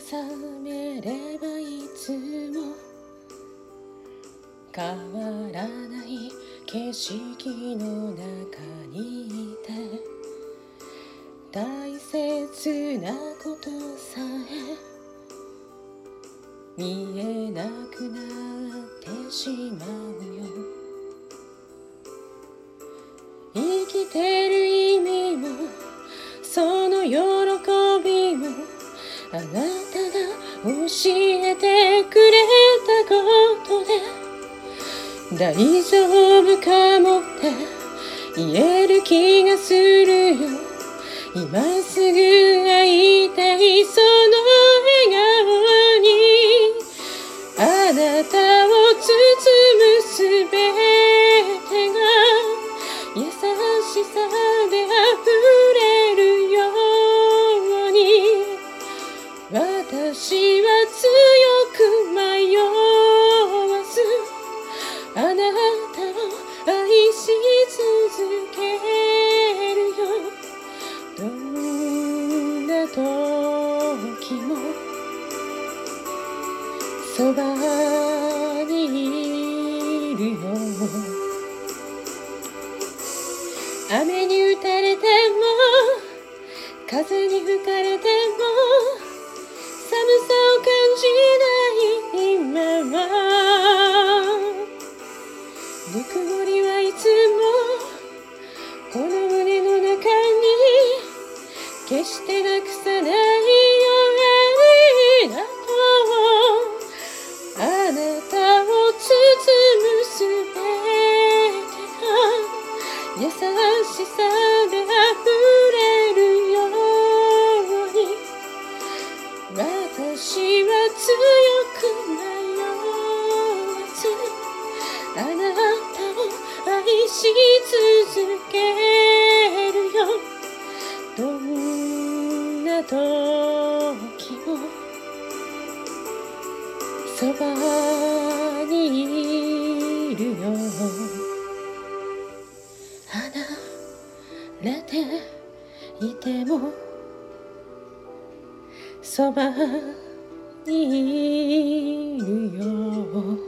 覚めればいつも変わらない景色の中にいて、大切なことさえ見えなくなってしまうよ。生きてる意味もその喜びもあなたが教えてくれたことで大丈夫かもって言える気がするよ。今すぐ会いたいその笑顔にあなたを包むすべてが優しさで溢れるように、私は強く迷わずあなたを愛し続けるよ。どんな時もそばにいるよ。雨に打たれても風に吹かれても寒さを感じない今は、ぬくもりはいつもこの胸の中に決してなくさないようにだと、あなたを包むすべてが優しさで溢れるように、私は強く迷わずあなたを愛し続けるよ。どんな時もそばにいるよ。離れていてもそばにいるよ。